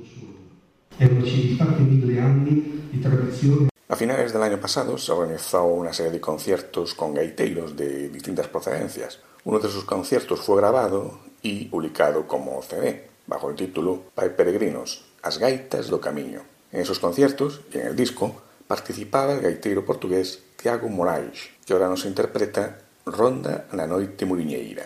A finales del año pasado se organizó una serie de conciertos con gaiteros de distintas procedencias. Uno de sus conciertos fue grabado y publicado como C D, bajo el título Pai Peregrinos, as gaitas do camiño. En esos conciertos y en el disco participaba el gaiteiro portugués Tiago Morais, que ahora nos interpreta Ronda na noite muriñeira.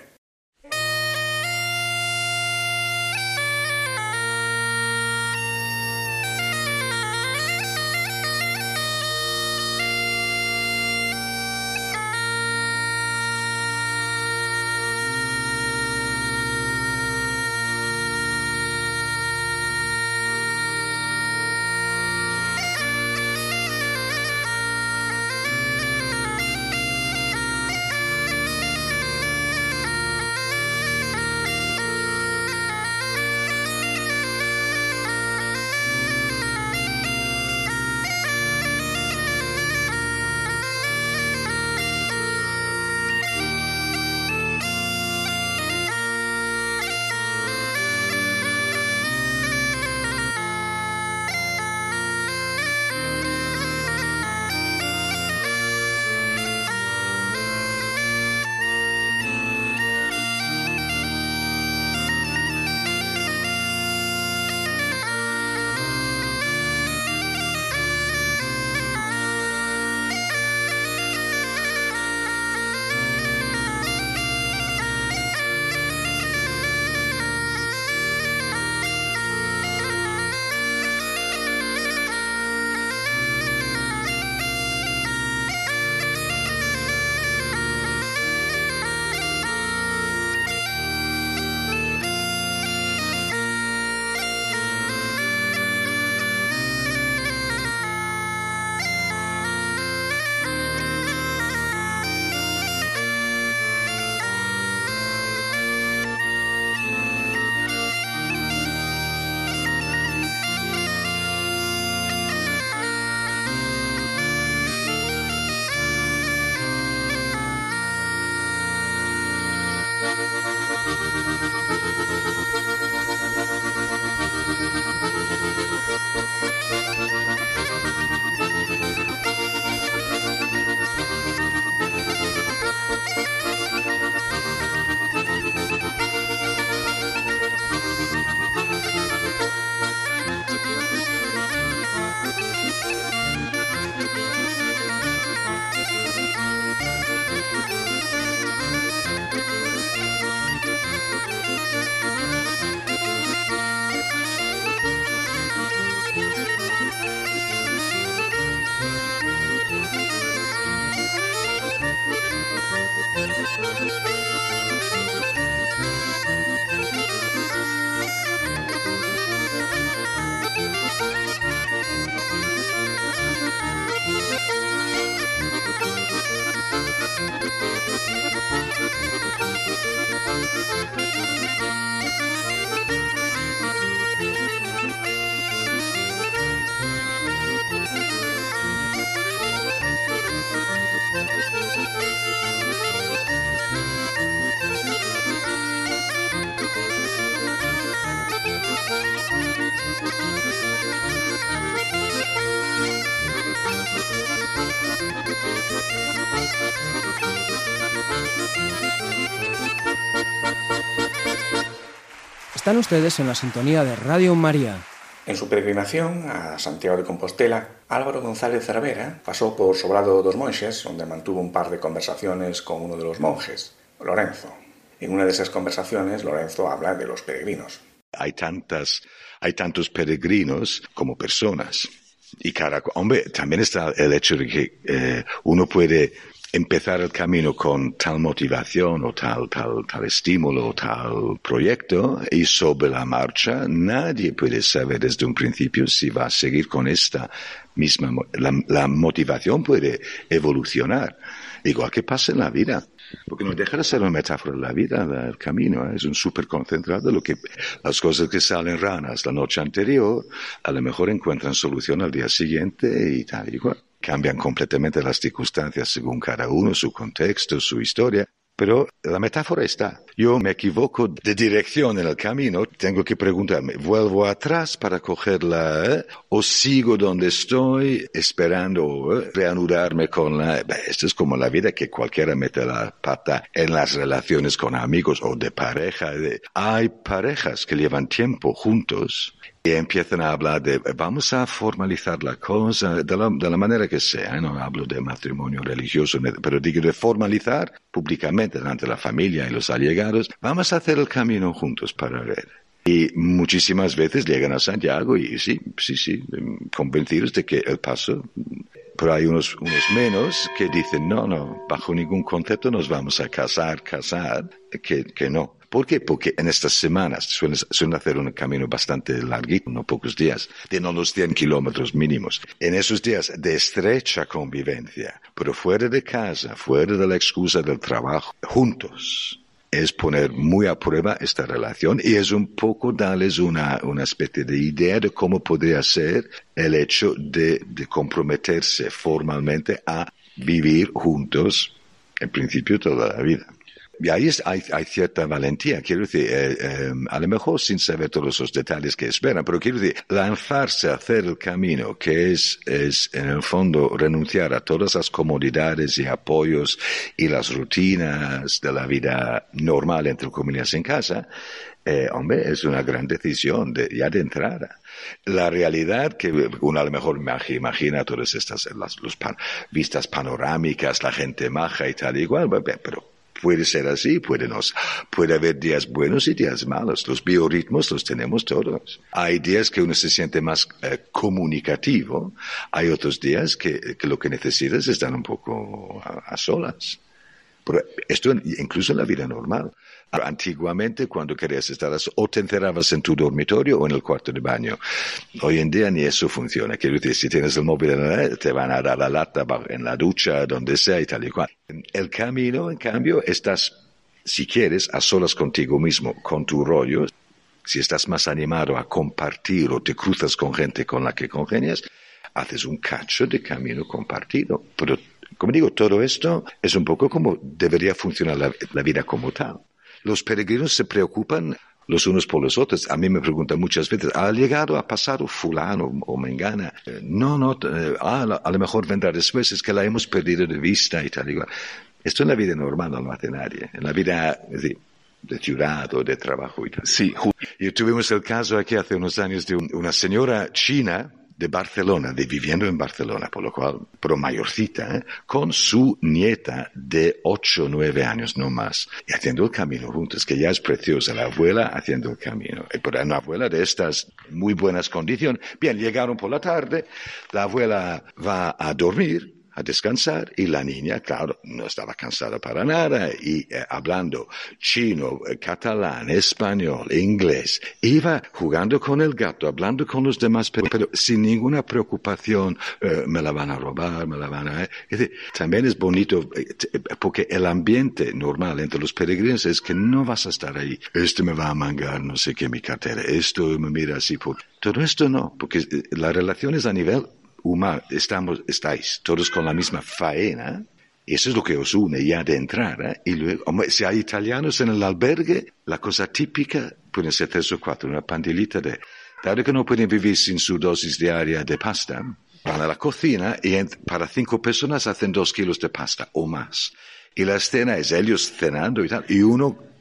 Están ustedes en la sintonía de Radio María. En su peregrinación a Santiago de Compostela, Álvaro González Cervera pasó por Sobrado dos Monxes, donde mantuvo un par de conversaciones con uno de los monjes, Lorenzo. En una de esas conversaciones, Lorenzo habla de los peregrinos. Hay tantas, hay tantos peregrinos como personas. Y cada hombre, también está el hecho de que eh, uno puede empezar el camino con tal motivación o tal, tal, tal estímulo o tal proyecto, y sobre la marcha nadie puede saber desde un principio si va a seguir con esta misma, la, la motivación puede evolucionar, igual que pasa en la vida. Porque no deja de ser una metáfora de la vida, el camino, ¿eh? Es un súper concentrado, lo que, las cosas que salen ranas la noche anterior, a lo mejor encuentran solución al día siguiente y tal, igual. Cambian completamente las circunstancias según cada uno, su contexto, su historia. Pero la metáfora está. Yo me equivoco de dirección en el camino, tengo que preguntarme, ¿vuelvo atrás para cogerla eh? o sigo donde estoy esperando eh? reanudarme con la... Esto es como la vida, que cualquiera mete la pata en las relaciones con amigos o de pareja. De... Hay parejas que llevan tiempo juntos y empiezan a hablar de, vamos a formalizar la cosa de la, de la manera que sea, no hablo de matrimonio religioso, pero digo de formalizar públicamente delante de la familia y los allegados, vamos a hacer el camino juntos para ver. Y muchísimas veces llegan a Santiago y sí, sí, sí, convencidos de que el paso, pero hay unos, unos menos que dicen, no, no, bajo ningún concepto nos vamos a casar, casar, que, que no. ¿Por qué? Porque en estas semanas suelen, suelen hacer un camino bastante larguito, no pocos días, de no los cien kilómetros mínimos. En esos días de estrecha convivencia, pero fuera de casa, fuera de la excusa del trabajo, juntos, es poner muy a prueba esta relación y es un poco darles una, una especie de idea de cómo podría ser el hecho de, de comprometerse formalmente a vivir juntos, en principio, toda la vida. Y ahí es, hay, hay cierta valentía, quiero decir, eh, eh, a lo mejor sin saber todos los detalles que esperan, pero quiero decir, lanzarse a hacer el camino, que es, es en el fondo renunciar a todas las comodidades y apoyos y las rutinas de la vida normal, entre comillas, en casa, eh, hombre, es una gran decisión de, ya de entrada. La realidad que uno a lo mejor imagina todas estas las los pan, vistas panorámicas, la gente maja y tal, igual, pero puede ser así, puede, nos, puede haber días buenos y días malos. Los biorritmos los tenemos todos. Hay días que uno se siente más eh, comunicativo. Hay otros días que, que lo que necesitas es estar un poco a, a solas. Pero esto incluso en la vida normal. Antiguamente, cuando querías estar o te encerrabas en tu dormitorio o en el cuarto de baño. Hoy en día ni eso funciona. Quiero decir, si tienes el móvil, te van a dar la lata en la ducha, donde sea y tal y cual. El camino, en cambio, estás, si quieres, a solas contigo mismo, con tu rollo. Si estás más animado a compartir o te cruzas con gente con la que congenias, haces un cacho de camino compartido. Pero, como digo, todo esto es un poco como debería funcionar la, la vida como tal. Los peregrinos se preocupan los unos por los otros. A mí me preguntan muchas veces, ¿ha llegado, ha pasado fulano o mengana? Eh, no, no, eh, ah, a lo mejor vendrá después, es que la hemos perdido de vista y tal igual. Esto en la vida normal no lo hace nadie. En la vida, es decir, de ciudad o de trabajo y tal. Sí, y tuvimos el caso aquí hace unos años de un, una señora china de Barcelona, de viviendo en Barcelona, por lo cual, pero mayorcita, ¿eh? Con su nieta de ocho o nueve años, no más, y haciendo el camino juntos, que ya es preciosa, la abuela haciendo el camino. Y por una abuela de estas muy buenas condiciones. Bien, llegaron por la tarde, la abuela va a dormir, a descansar, y la niña, claro, no estaba cansada para nada, y eh, hablando chino, eh, catalán, español, inglés, iba jugando con el gato, hablando con los demás, pero, pero sin ninguna preocupación, eh, me la van a robar, me la van a... Eh. Es decir, también es bonito, eh, porque el ambiente normal entre los peregrinos es que no vas a estar ahí, esto me va a mangar, no sé qué, mi cartera, esto me mira así, por... todo esto no, porque eh, la relación es a nivel humano, estamos, estáis todos con la misma faena, eso es lo que os une ya de entrada, y luego, hombre, si hay italianos en el albergue, la cosa típica pueden ser tres o cuatro, una pandilita de, dado que no pueden vivir sin su dosis diaria de pasta, van a la cocina y en, para cinco personas hacen dos kilos de pasta o más. Y la escena es ellos cenando y tal, y uno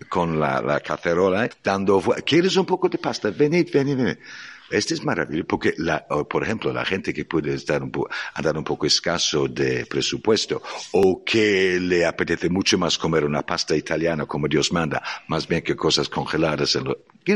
con la, la cacerola, dando, ¿quieres un poco de pasta? Venid, venid, venid. Este es maravilloso porque, la, por ejemplo, la gente que puede estar un po- andar un poco escaso de presupuesto o que le apetece mucho más comer una pasta italiana como Dios manda, más bien que cosas congeladas. En lo,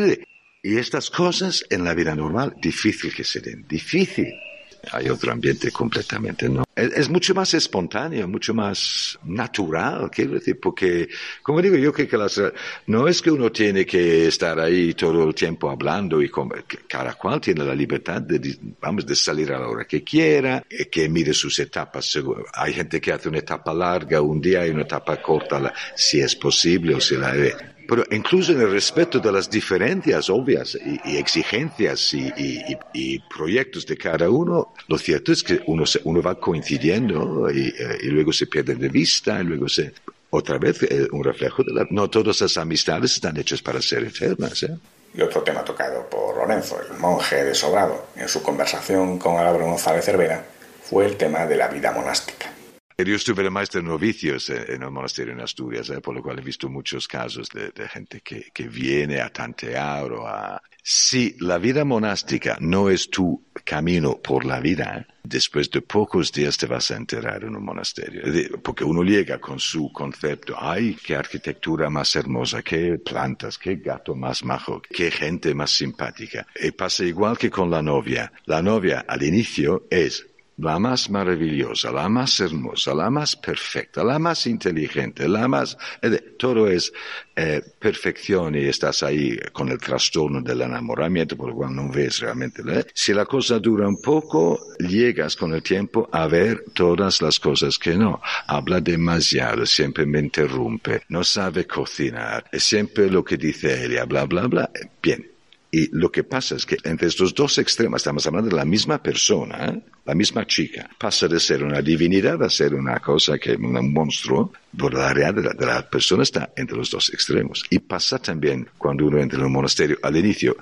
y estas cosas en la vida normal, difícil que se den, difícil. Hay otro ambiente completamente, ¿no? Es, es mucho más espontáneo, mucho más natural, quiero decir, porque, como digo, yo creo que las, no es que uno tiene que estar ahí todo el tiempo hablando y con, que cada cual tiene la libertad de, vamos, de salir a la hora que quiera, que mire sus etapas. Hay gente que hace una etapa larga un día y una etapa corta, si es posible o si la ve. Pero incluso en el respeto de las diferencias obvias y, y exigencias y, y, y proyectos de cada uno, lo cierto es que uno, se, uno va coincidiendo y, y luego se pierde de vista y luego se... Otra vez, eh, un reflejo de la... No todas las amistades están hechas para ser eternas, ¿eh? Y otro tema tocado por Lorenzo, el monje de Sobrado, en su conversación con Álvaro González Cervera, fue el tema de la vida monástica. Yo estuve de maestro de novicios en el monasterio en Asturias, ¿eh? Por lo cual he visto muchos casos de, de gente que, que viene a tantear o a... Si la vida monástica no es tu camino por la vida, ¿eh? Después de pocos días te vas a enterar en un monasterio. Porque uno llega con su concepto, ¡ay, qué arquitectura más hermosa, qué plantas, qué gato más majo, qué gente más simpática! Y pasa igual que con la novia. La novia al inicio es... la más maravillosa, la más hermosa, la más perfecta, la más inteligente, la más... Todo es eh, perfección y estás ahí con el trastorno del enamoramiento, por lo cual no ves realmente. ¿eh? Si la cosa dura un poco, llegas con el tiempo a ver todas las cosas que no. Habla demasiado, siempre me interrumpe, no sabe cocinar, es siempre lo que dice ella, bla, bla, bla. Bien. Y lo que pasa es que entre estos dos extremos, estamos hablando de la misma persona, ¿eh? La misma chica, pasa de ser una divinidad a ser una cosa que un monstruo, pero la realidad de la persona está entre los dos extremos. Y pasa también cuando uno entra en un monasterio al inicio,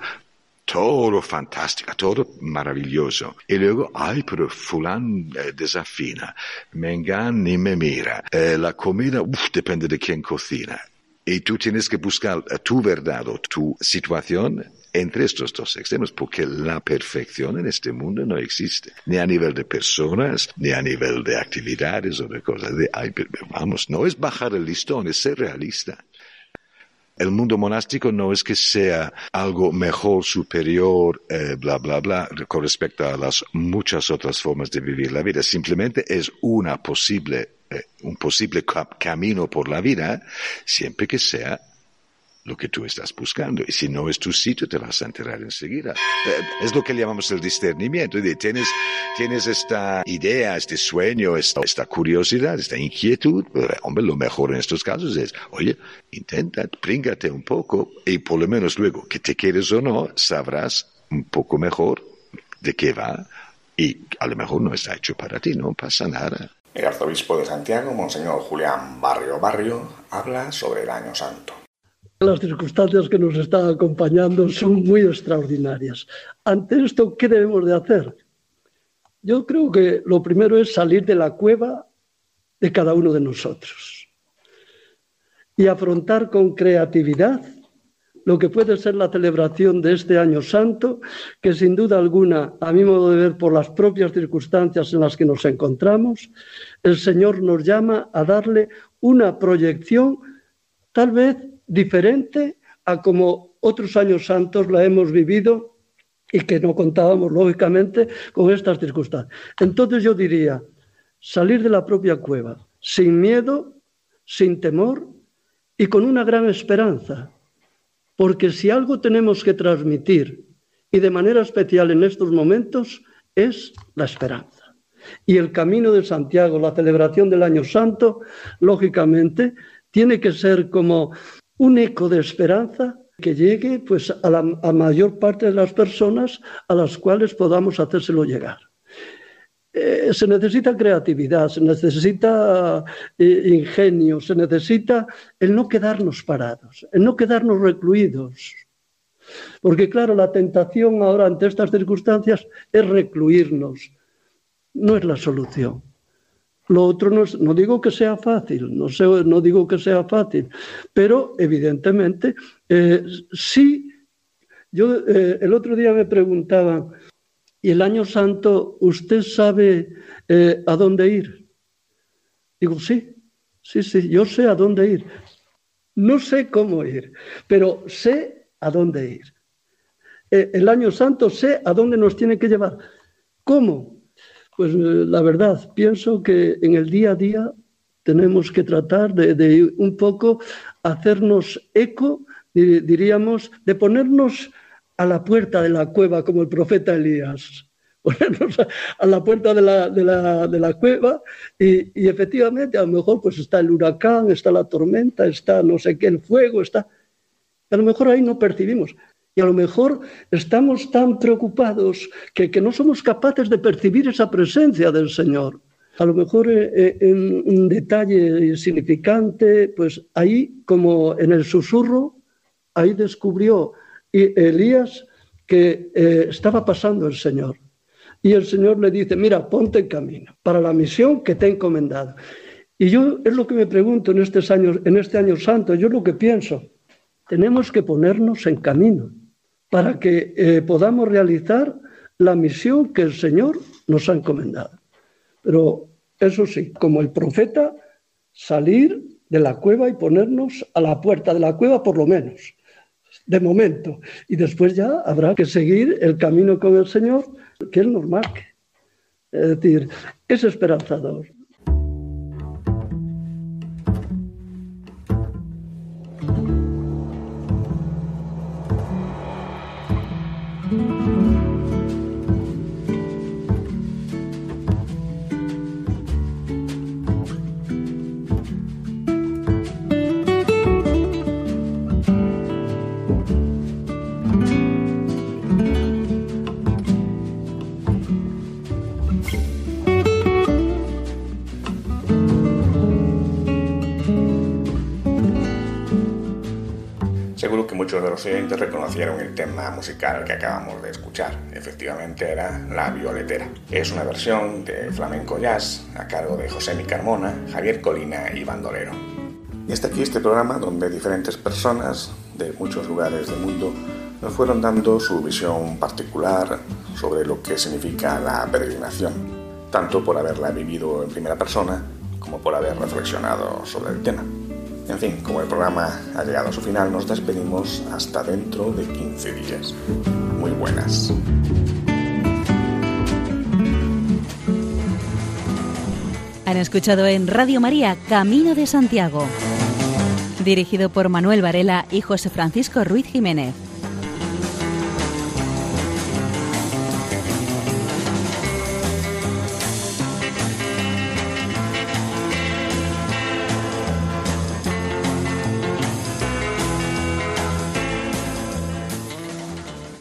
todo fantástico, todo maravilloso. Y luego, ay, pero fulán eh, desafina, Mengán ni me mira, eh, la comida, uff, depende de quién cocina. Y tú tienes que buscar tu verdad o tu situación entre estos dos extremos, porque la perfección en este mundo no existe, ni a nivel de personas, ni a nivel de actividades o de cosas. De, ay, vamos, no es bajar el listón, es ser realista. El mundo monástico no es que sea algo mejor, superior, eh, bla, bla, bla, con respecto a las muchas otras formas de vivir la vida. Simplemente es una posible, eh, un posible ca- camino por la vida, siempre que sea lo que tú estás buscando. Y si no es tu sitio, te vas a enterar enseguida. Eh, es lo que llamamos el discernimiento. Tienes, tienes esta idea, este sueño, esta, esta curiosidad, esta inquietud. Pero, hombre, lo mejor en estos casos es, oye, intenta, príngate un poco y por lo menos luego, que te quieres o no, sabrás un poco mejor de qué va y a lo mejor no está hecho para ti, no pasa nada. El arzobispo de Santiago, Monseñor Julián Barrio Barrio, habla sobre el Año Santo. Las circunstancias que nos están acompañando son muy extraordinarias. Ante esto, ¿qué debemos de hacer? Yo creo que lo primero es salir de la cueva de cada uno de nosotros y afrontar con creatividad lo que puede ser la celebración de este Año Santo, que sin duda alguna, a mi modo de ver, por las propias circunstancias en las que nos encontramos, el Señor nos llama a darle una proyección tal vez diferente a como otros años santos la hemos vivido y que no contábamos, lógicamente, con estas circunstancias. Entonces yo diría, salir de la propia cueva, sin miedo, sin temor y con una gran esperanza, porque si algo tenemos que transmitir, y de manera especial en estos momentos, es la esperanza. Y el Camino de Santiago, la celebración del Año Santo, lógicamente, tiene que ser como un eco de esperanza que llegue pues, a la a mayor parte de las personas a las cuales podamos hacérselo llegar. Eh, se necesita creatividad, se necesita eh, ingenio, se necesita el no quedarnos parados, el no quedarnos recluidos. Porque claro, la tentación ahora ante estas circunstancias es recluirnos. No es la solución. Lo otro no, es, no digo que sea fácil, no, sé, no digo que sea fácil, pero evidentemente eh, sí. Yo eh, el otro día me preguntaban, ¿y el Año Santo usted sabe eh, a dónde ir? Digo, sí, sí, sí, yo sé a dónde ir. No sé cómo ir, pero sé a dónde ir. Eh, el Año Santo sé a dónde nos tiene que llevar. ¿Cómo? Pues eh, la verdad, pienso que en el día a día tenemos que tratar de, de un poco hacernos eco, diríamos, de ponernos a la puerta de la cueva como el profeta Elías. Ponernos a, a la puerta de la, de la, de la cueva y, y efectivamente a lo mejor pues está el huracán, está la tormenta, está no sé qué, el fuego, está... A lo mejor ahí no percibimos. Y a lo mejor estamos tan preocupados que, que no somos capaces de percibir esa presencia del Señor. A lo mejor eh, en un detalle significante, pues ahí, como en el susurro, ahí descubrió Elías que eh, estaba pasando el Señor. Y el Señor le dice, mira, ponte en camino para la misión que te he encomendado. Y yo es lo que me pregunto en, estos años, en este año santo, yo es lo que pienso. Tenemos que ponernos en camino para que eh, podamos realizar la misión que el Señor nos ha encomendado. Pero eso sí, como el profeta, salir de la cueva y ponernos a la puerta de la cueva por lo menos, de momento. Y después ya habrá que seguir el camino con el Señor, que es normal. Es decir, es esperanzador. Seguro que muchos de los oyentes reconocieron el tema musical que acabamos de escuchar. Efectivamente era La Violetera. Es una versión de flamenco jazz a cargo de José Mi Carmona, Javier Colina y bandolero. Y hasta aquí este programa donde diferentes personas de muchos lugares del mundo nos fueron dando su visión particular sobre lo que significa la peregrinación, tanto por haberla vivido en primera persona como por haber reflexionado sobre el tema. En fin, como el programa ha llegado a su final, nos despedimos hasta dentro de quince días. Muy buenas. Han escuchado en Radio María Camino de Santiago, dirigido por Manuel Varela y José Francisco Ruiz Jiménez.